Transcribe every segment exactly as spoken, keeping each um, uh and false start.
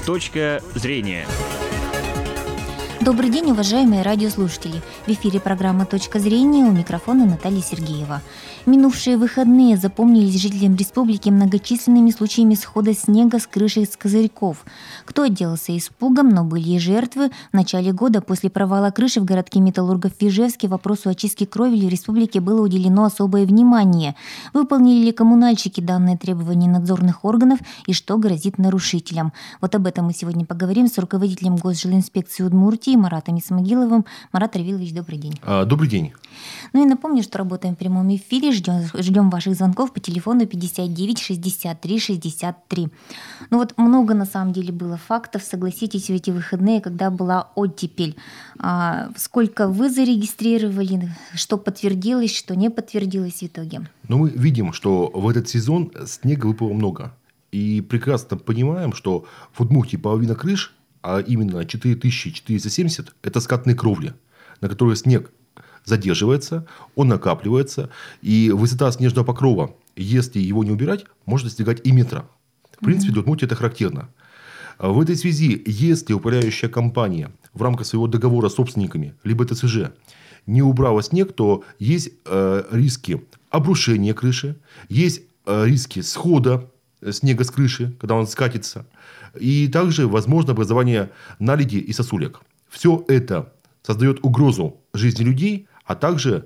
Точка зрения. Добрый день, уважаемые радиослушатели. В эфире программа «Точка зрения», у микрофона Наталья Сергеева. Минувшие выходные запомнились жителям республики многочисленными случаями схода снега с крыши с козырьков. Кто отделался испугом, но были и жертвы. В начале года после провала крыши в городке металлургов в Ижевске вопросу очистки кровли республике было уделено особое внимание. Выполнили ли коммунальщики данные требования надзорных органов и что грозит нарушителям? Вот об этом мы сегодня поговорим с руководителем Госжилинспекции Удмуртии Маратом Исмагиловым. Марат Равилович, добрый день. А, добрый день. Ну и напомню, что работаем в прямом эфире. Ждем, ждем ваших звонков по телефону пятьдесят девять шестьдесят три шестьдесят три. Ну вот много на самом деле было фактов, согласитесь, в эти выходные, когда была оттепель. А сколько вы зарегистрировали, что подтвердилось, что не подтвердилось в итоге? Ну, мы видим, что в этот сезон снега выпало много. И прекрасно понимаем, что в Удмуртии половина крыш, а именно четыре тысячи четыреста семьдесят, это скатные кровли, на которые снег задерживается, он накапливается, и высота снежного покрова, если его не убирать, может достигать и метра. В принципе, для Удмуртии это характерно. В этой связи, если управляющая компания в рамках своего договора с собственниками, либо ТСЖ, не убрала снег, то есть э, риски обрушения крыши, есть э, риски схода снега с крыши, когда он скатится, и также возможно образование наледи и сосулек. Все это создает угрозу жизни людей, а также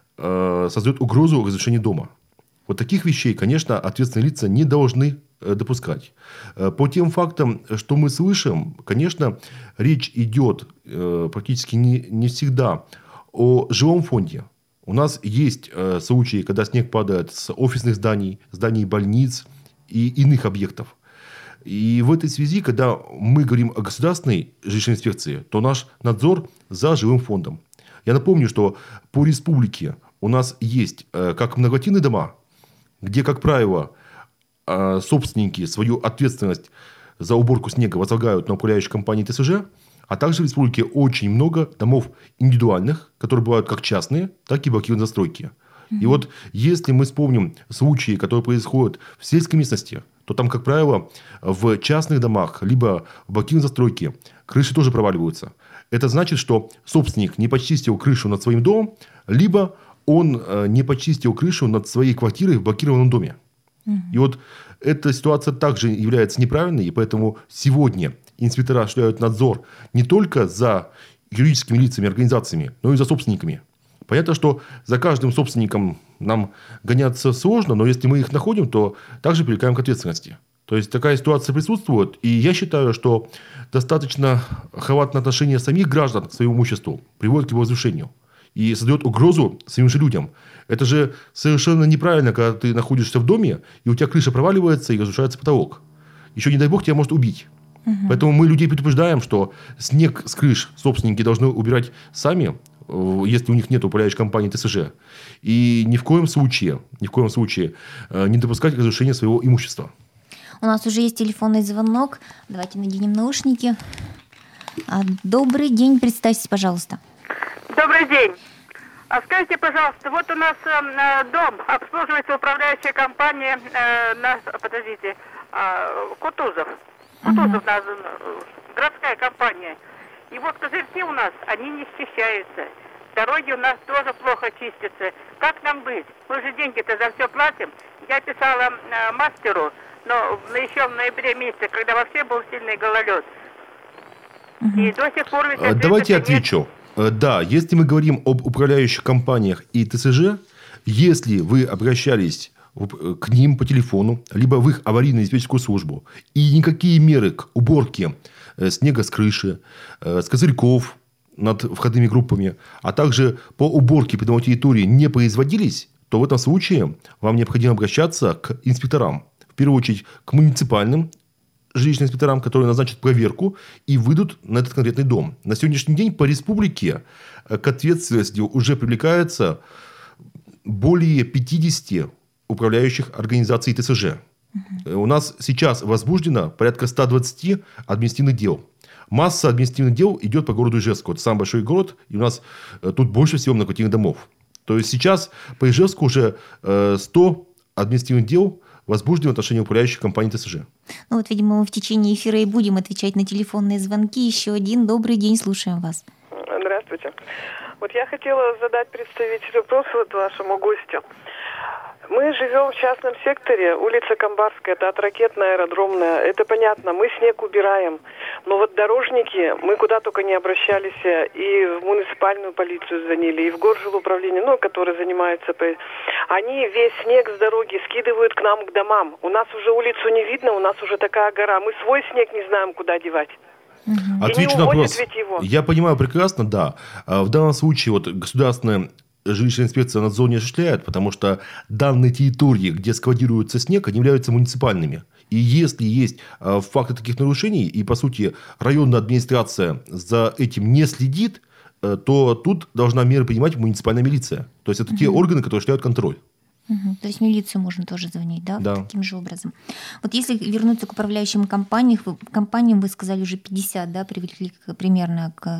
э, создает угрозу разрушения дома. Вот таких вещей, конечно, ответственные лица не должны э, допускать. Э, по тем фактам, что мы слышим, конечно, речь идет э, практически не, не всегда о жилом фонде. У нас есть э, случаи, когда снег падает с офисных зданий, зданий больниц и иных объектов. И в этой связи, когда мы говорим о государственной жилищной инспекции, то наш надзор за жилым фондом. Я напомню, что по республике у нас есть э, как многоквартирные дома, где, как правило, э, собственники свою ответственность за уборку снега возлагают на управляющие компании ТСЖ, а также в республике очень много домов индивидуальных, которые бывают как частные, так и блокированные застройки. И вот если мы вспомним случаи, которые происходят в сельской местности, то там, как правило, в частных домах, либо в блокированной застройке крыши тоже проваливаются. Это значит, что собственник не почистил крышу над своим домом, либо он не почистил крышу над своей квартирой в блокированном доме. Угу. И вот эта ситуация также является неправильной, и поэтому сегодня инспектора осуществляют надзор не только за юридическими лицами, организациями, но и за собственниками. Понятно, что за каждым собственником нам гоняться сложно, но если мы их находим, то также привлекаем к ответственности. То есть такая ситуация присутствует, и я считаю, что достаточно халатное отношение самих граждан к своему имуществу приводит к его разрушению и создает угрозу самим же людям. Это же совершенно неправильно, когда ты находишься в доме, и у тебя крыша проваливается и разрушается потолок. Еще, не дай бог, тебя может убить. Угу. Поэтому мы людей предупреждаем, что снег с крыш собственники должны убирать сами, если у них нет управляющей компании ТСЖ. И ни в коем случае, ни в коем случае не допускать разрушения своего имущества. У нас уже есть телефонный звонок. Давайте наденем наушники. Добрый день, представьтесь, пожалуйста. Добрый день. А скажите, пожалуйста, вот у нас э, дом обслуживается управляющая компания, э, на, подождите, э, Кутузов. Кутузов, uh-huh. э, городская компания. И вот козырьки у нас, они не счищаются. Дороги у нас тоже плохо чистятся. Как нам быть? Мы же деньги-то за все платим. Я писала э, мастеру, но еще в ноябре месяце, когда вообще был сильный гололед. Угу. И до сих пор... Ведь Давайте я отвечу. Нет. Да, если мы говорим об управляющих компаниях и ТСЖ, если вы обращались к ним по телефону, либо в их аварийную диспетчерскую службу, и никакие меры к уборке снега с крыши, с козырьков над входными группами, а также по уборке придомовой территории не производились, то в этом случае вам необходимо обращаться к инспекторам. В первую очередь к муниципальным жилищным инспекторам, которые назначат проверку и выйдут на этот конкретный дом. На сегодняшний день по республике к ответственности уже привлекается более пятьдесят управляющих организаций ТСЖ. У нас сейчас возбуждено порядка ста двадцати административных дел. Масса административных дел идет по городу Ижевску. Это самый большой город, и у нас тут больше всего многоквартирных домов. То есть сейчас по Ижевску уже сто административных дел возбуждены в отношении управляющей компании ТСЖ. Ну вот, видимо, мы в течение эфира и будем отвечать на телефонные звонки. Еще один добрый день, слушаем вас. Здравствуйте. Вот я хотела задать представителю вопрос вот вашему гостю. Мы живем в частном секторе, улица Камбарская, это от ракетная, аэродромная, это понятно, мы снег убираем. Но вот дорожники, мы куда только не обращались, и в муниципальную полицию звонили, и в горжилуправление, ну, которые занимаются, они весь снег с дороги скидывают к нам, к домам. У нас уже улицу не видно, у нас уже такая гора, мы свой снег не знаем, куда девать. Угу. Отвечу на вопрос. Я понимаю прекрасно, да. В данном случае вот государственная жилищная инспекция надзор не осуществляет, потому что данные территории, где складируется снег, они являются муниципальными. И если есть факты таких нарушений, и, по сути, районная администрация за этим не следит, то тут должна меры принимать муниципальная милиция. То есть, это угу. те органы, которые осуществляют контроль. Угу. То есть, в милицию можно тоже звонить, да? Да. Таким же образом. Вот если вернуться к управляющим компаниям, компаниям вы сказали, уже пятьдесят, да, привлекли примерно к,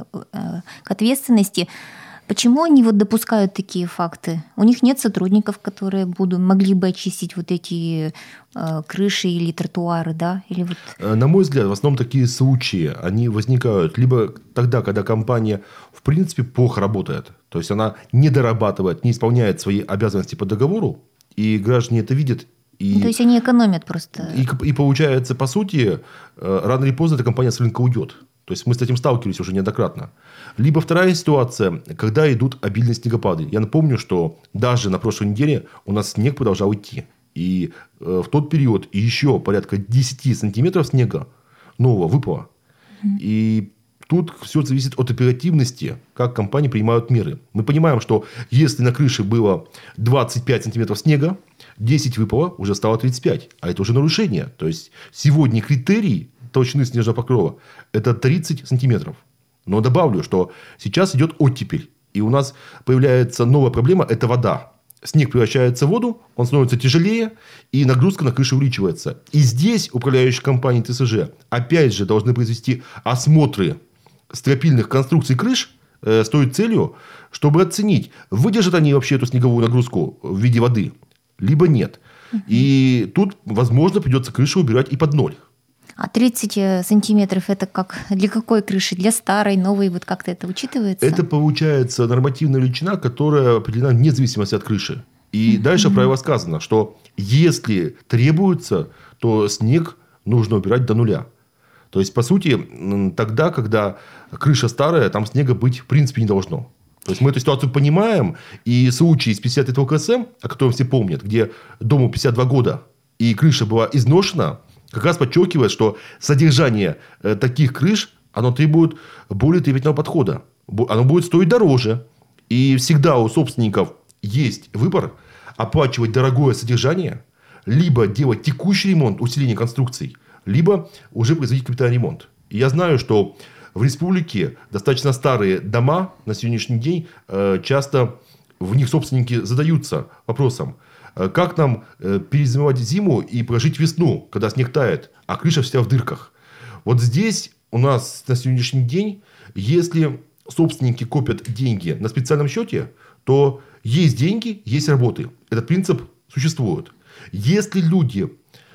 к ответственности. Почему они вот допускают такие факты? У них нет сотрудников, которые будут, могли бы очистить вот эти э, крыши или тротуары, да? Или вот... На мой взгляд, в основном такие случаи, они возникают либо тогда, когда компания в принципе плохо работает, то есть она не дорабатывает, не исполняет свои обязанности по договору, и граждане это видят. И, то есть они экономят просто. И, и получается, по сути, рано или поздно эта компания с рынка уйдет. То есть мы с этим сталкивались уже неоднократно. Либо вторая ситуация, когда идут обильные снегопады. Я напомню, что даже на прошлой неделе у нас снег продолжал идти. И э, в тот период еще порядка десять сантиметров снега нового выпало. Mm-hmm. И тут все зависит от оперативности, как компании принимают меры. Мы понимаем, что если на крыше было двадцать пять сантиметров снега, десять выпало, уже стало тридцать пять. А это уже нарушение. То есть сегодня критерий толщины снежного покрова – это тридцать сантиметров. Но добавлю, что сейчас идет оттепель. И у нас появляется новая проблема – это вода. Снег превращается в воду, он становится тяжелее, и нагрузка на крышу увеличивается. И здесь управляющие компании ТСЖ опять же должны произвести осмотры стропильных конструкций крыш э, с той целью, чтобы оценить, выдержат они вообще эту снеговую нагрузку в виде воды, либо нет. Uh-huh. И тут, возможно, придется крышу убирать и под ноль. А тридцать сантиметров это как для какой крыши? Для старой, новой? Вот как-то это учитывается? Это получается нормативная величина, которая определена вне зависимости от крыши. И mm-hmm. дальше правило сказано, что если требуется, то снег нужно убирать до нуля. То есть, по сути, тогда, когда крыша старая, там снега быть в принципе не должно. То есть, мы эту ситуацию понимаем. И случай из пятьдесят лет ВКСМ, о котором все помнят, где дому пятьдесят два года, и крыша была изношена, как раз подчеркивает, что содержание э, таких крыш, оно требует более требовательного подхода. Оно будет стоить дороже. И всегда у собственников есть выбор оплачивать дорогое содержание, либо делать текущий ремонт, усиление конструкций, либо уже производить капитальный ремонт. И я знаю, что в республике достаточно старые дома на сегодняшний день э, часто в них собственники задаются вопросом, как нам перезимовать зиму и прожить весну, когда снег тает, а крыша вся в дырках. Вот здесь у нас на сегодняшний день, если собственники копят деньги на специальном счете, то есть деньги, есть работы. Этот принцип существует. Если люди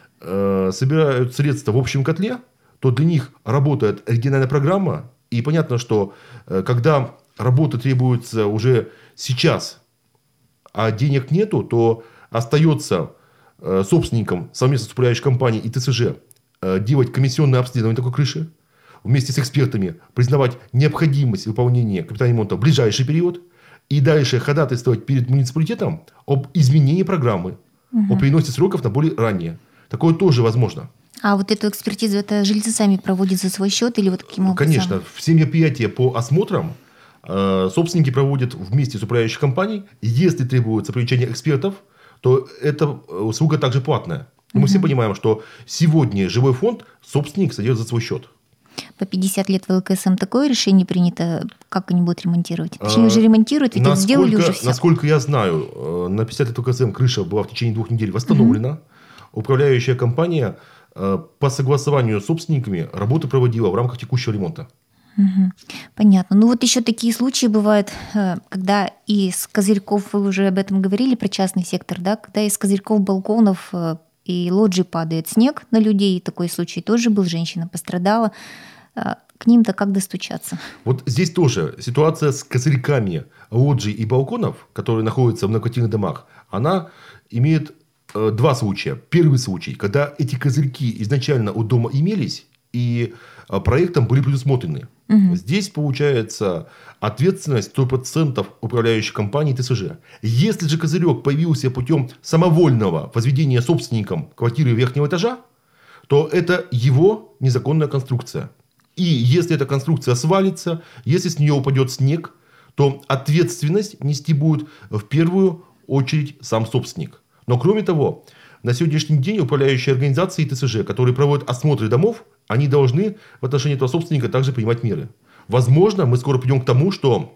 э, собирают средства в общем котле, то для них работает региональная программа. И понятно, что э, когда работа требуется уже сейчас, а денег нету, то остается э, собственникам совместно с управляющей компанией и ТСЖ э, делать комиссионное обследование такой крыши, вместе с экспертами признавать необходимость выполнения капитального ремонта в ближайший период и дальше ходатайствовать перед муниципалитетом об изменении программы, угу. о переносе сроков на более раннее. Такое тоже возможно. А вот эту экспертизу это жильцы сами проводят за свой счет или вот каким образом? Конечно. Все мероприятия по осмотрам э, собственники проводят вместе с управляющей компанией. Если требуется привлечение экспертов, то эта услуга также платная. Но мы угу. все понимаем, что сегодня жилой фонд собственник содержит за свой счет. По пятьдесят лет в ЛКСМ такое решение принято, как они будут ремонтировать? Точнее, уже ремонтируют, ведь насколько, сделали уже все. Насколько я знаю, на пятьдесят лет ЛКСМ крыша была в течение двух недель восстановлена. Угу. Управляющая компания по согласованию с собственниками работу проводила в рамках текущего ремонта. Угу. Понятно. Ну вот еще такие случаи бывают, когда из козырьков, вы уже об этом говорили, про частный сектор, да, когда из козырьков балконов и лоджии падает снег на людей. Такой случай тоже был, женщина пострадала. К ним-то как достучаться? Вот здесь тоже ситуация с козырьками лоджий и балконов, которые находятся в многоквартирных домах, она имеет э, два случая. Первый случай, когда эти козырьки изначально у дома имелись и э, проектом были предусмотрены. Угу. Здесь получается ответственность сто процентов управляющей компании ТСЖ. Если же козырек появился путем самовольного возведения собственником квартиры верхнего этажа, то это его незаконная конструкция. И если эта конструкция свалится, если с нее упадет снег, то ответственность нести будет в первую очередь сам собственник. Но кроме того, на сегодняшний день управляющие организации ТСЖ, которые проводят осмотры домов, они должны в отношении этого собственника также принимать меры. Возможно, мы скоро придем к тому, что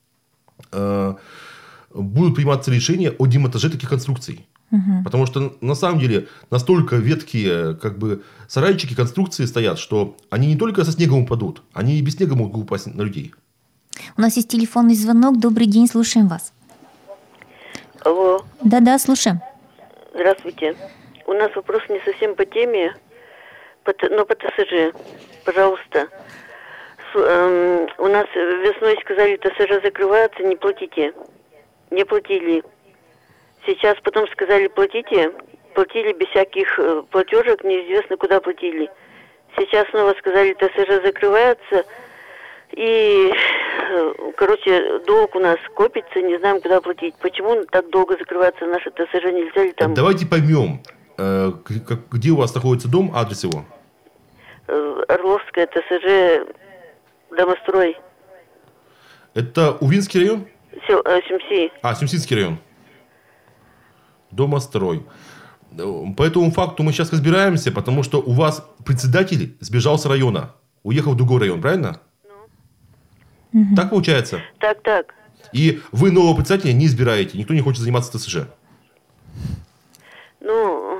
э, будут приниматься решения о демонтаже таких конструкций. Угу. Потому что на самом деле настолько веткие как бы, сарайчики, конструкции стоят, что они не только со снегом упадут, они и без снега могут упасть на людей. У нас есть телефонный звонок. Добрый день, слушаем вас. Алло. Да-да, слушаем. Здравствуйте. У нас вопрос не совсем по теме, но по ТСЖ. Пожалуйста. С, эм, у нас весной сказали, ТСЖ закрывается, не платите. Не платили. Сейчас потом сказали, платите. Платили без всяких платежек, неизвестно куда платили. Сейчас снова сказали, ТСЖ закрывается. И, короче, долг у нас копится, не знаем, куда платить. Почему так долго закрывается наше ТСЖ? Нельзя ли там... Давайте поймем, э, где у вас находится дом, адрес его. Орловская, ТСЖ, домострой. Это Увинский район? Сюмси. А, Сюмсинский район. Домострой. По этому факту мы сейчас разбираемся, потому что у вас председатель сбежал с района, уехал в другой район, правильно? Угу. Так получается? Так, так. И вы нового председателя не избираете, никто не хочет заниматься ТСЖ? Ну,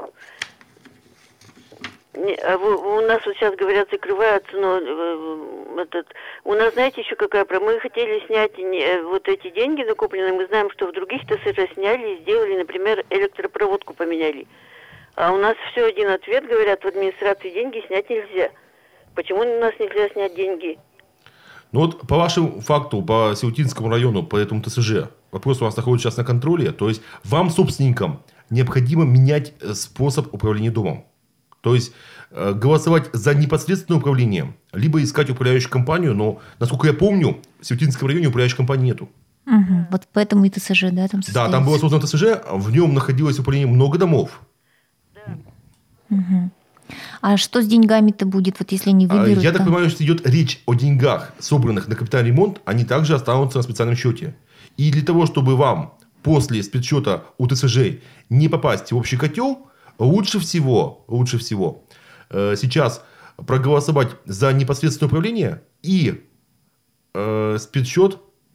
не, а вы, у нас вот сейчас говорят, закрываются, но э, этот, у нас, знаете, еще какая проблема? Мы хотели снять не, вот эти деньги накопленные, мы знаем, что в других ТСЖ сняли и сделали, например, электропроводку поменяли. А у нас все один ответ, говорят, в администрации деньги снять нельзя. Почему у нас нельзя снять деньги? Ну вот по вашему факту, по Сеутинскому району, по этому ТСЖ, вопрос у вас находится сейчас на контроле. То есть вам, собственникам, необходимо менять способ управления домом. То есть э, голосовать за непосредственное управление, либо искать управляющую компанию, но, насколько я помню, в Сеутинском районе управляющей компании нету. Угу. Вот поэтому и ТСЖ, да, там состоится. Да, там было создано ТСЖ, в нем находилось управление много домов. Да. Угу. А что с деньгами-то будет, вот если они выберут? Я там... так понимаю, что идет речь о деньгах, собранных на капитальный ремонт, они также останутся на специальном счете. И для того, чтобы вам после спецсчета у ТСЖ не попасть в общий котел, лучше всего, лучше всего э, сейчас проголосовать за непосредственное управление и э, спецсчет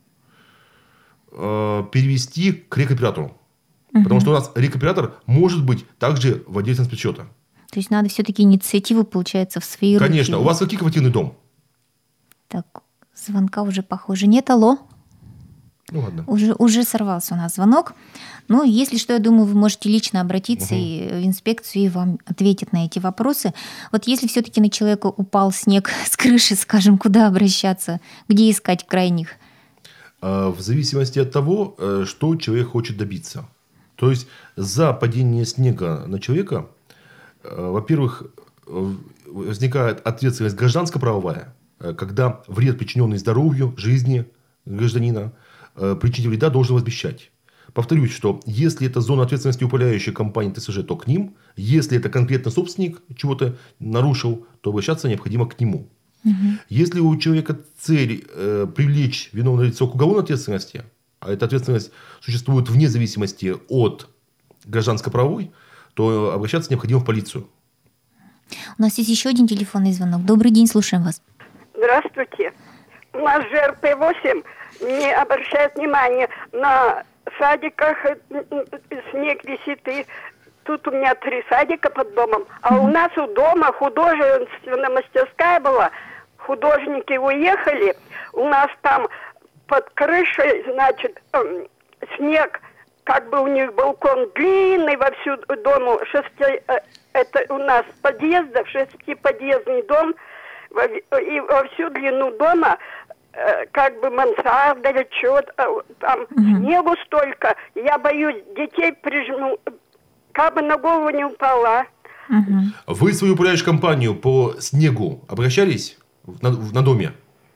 э, перевести к рекоператору. Угу. Потому что у нас рекоператор может быть также владельцем спецсчета. То есть надо все-таки инициативу, получается, в свои руки. Конечно. У вас какой квартирный дом? Так, звонка уже похоже нет. Алло? Ну ладно. Уже, уже сорвался у нас звонок. Ну, если что, я думаю, вы можете лично обратиться угу. и в инспекцию, и вам ответят на эти вопросы. Вот если все-таки на человека упал снег с крыши, скажем, куда обращаться, где искать крайних? В зависимости от того, что человек хочет добиться. То есть за падение снега на человека, во-первых, возникает ответственность гражданско-правовая, когда вред, причиненный здоровью, жизни гражданина, причинитель вреда должен возмещать. Повторюсь, что если это зона ответственности управляющей компании ТСЖ, то к ним. Если это конкретно собственник чего-то нарушил, то обращаться необходимо к нему. Угу. Если у человека цель э, привлечь виновное лицо к уголовной ответственности, а эта ответственность существует вне зависимости от гражданско-правовой, то обращаться необходимо в полицию. У нас есть еще один телефонный звонок. Добрый день, слушаем вас. Здравствуйте. У нас же эр пэ восемь не обращает внимания на садиках, снег висит, и тут у меня три садика под домом, а у нас у дома художественная мастерская была, художники уехали, у нас там под крышей, значит, снег как бы у них балкон длинный во всю дому, шести, это у нас подъездов, шестиподъездный дом, и во всю длину дома, как бы мансарда или что-то, там mm-hmm. снегу столько, я боюсь, детей прижму, как бы на голову не упала. Mm-hmm. Вы в свою управляющую компанию по снегу обращались на, на доме?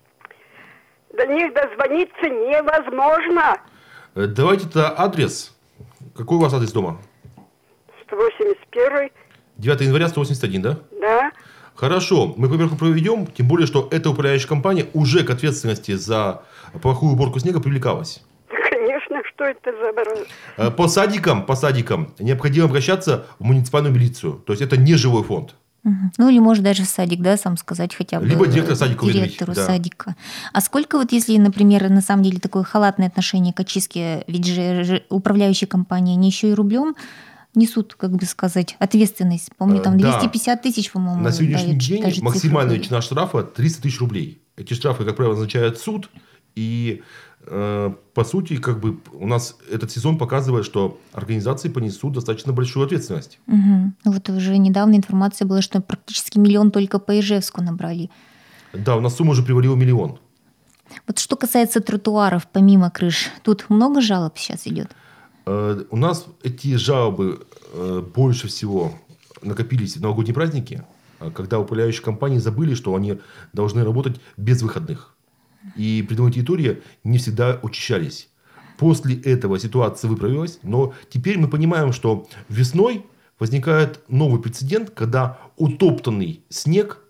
До них дозвониться невозможно. Давайте-то адрес. Какой у вас адрес дома? сто восемьдесят один. девятого января сто восемьдесят один, да? Да. Хорошо, мы проверку проведем, тем более, что эта управляющая компания уже к ответственности за плохую уборку снега привлекалась. Конечно, что это за... По садикам, по садикам необходимо обращаться в муниципальную милицию. То есть, это не жилой фонд. Угу. Ну, или, может, даже в садик, да, сам сказать хотя бы. Либо директор садика директору уведомить, садика. Да. А сколько вот, если, например, на самом деле такое халатное отношение к очистке, ведь же, же управляющие компании, они еще и рублем несут, как бы сказать, ответственность. Помню, там двести пятьдесят тысяч, по-моему. На сегодняшний дают, день максимальная величина штрафа триста тысяч рублей. Эти штрафы, как правило, назначает суд. И, э, по сути, как бы у нас этот сезон показывает, что организации понесут достаточно большую ответственность. Угу. Вот уже недавно информация была, что практически миллион только по Ижевску набрали. Да, у нас сумма уже превалила миллион. Вот что касается тротуаров, помимо крыш, тут много жалоб сейчас идет? У нас эти жалобы больше всего накопились в новогодние праздники, когда управляющие компании забыли, что они должны работать без выходных. И придомовые территории не всегда очищались. После этого ситуация выправилась, но теперь мы понимаем, что весной возникает новый прецедент, когда утоптанный снег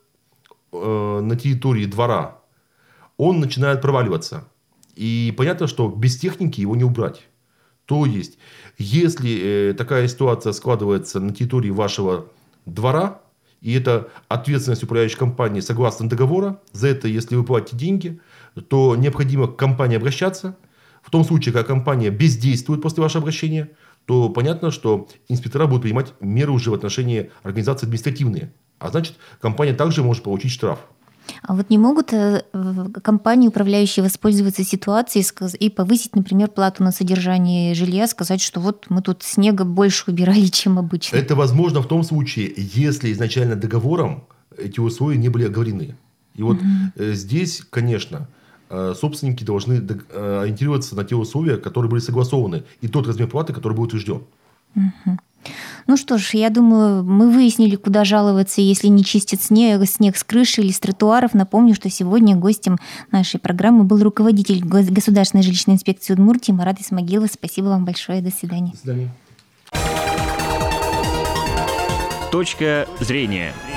на территории двора, он начинает проваливаться. И понятно, что без техники его не убрать. То есть, если э, такая ситуация складывается на территории вашего двора, и это ответственность управляющей компании согласно договора, за это, если вы платите деньги, то необходимо к компании обращаться. В том случае, когда компания бездействует после вашего обращения, то понятно, что инспектора будут принимать меры уже в отношении организации административные. А значит, компания также может получить штраф. А вот не могут компании, управляющие, воспользоваться ситуацией и повысить, например, плату на содержание жилья, сказать, что вот мы тут снега больше убирали, чем обычно? Это возможно в том случае, если изначально договором эти условия не были оговорены. И вот угу. здесь, конечно, собственники должны ориентироваться на те условия, которые были согласованы, и тот размер платы, который был утвержден. Угу. Ну что ж, я думаю, мы выяснили, куда жаловаться, если не чистят снег, снег с крыши или с тротуаров. Напомню, что сегодня гостем нашей программы был руководитель Государственной жилищной инспекции Удмуртии Марат Исмагилов. Спасибо вам большое. До свидания. До свидания. Точка зрения.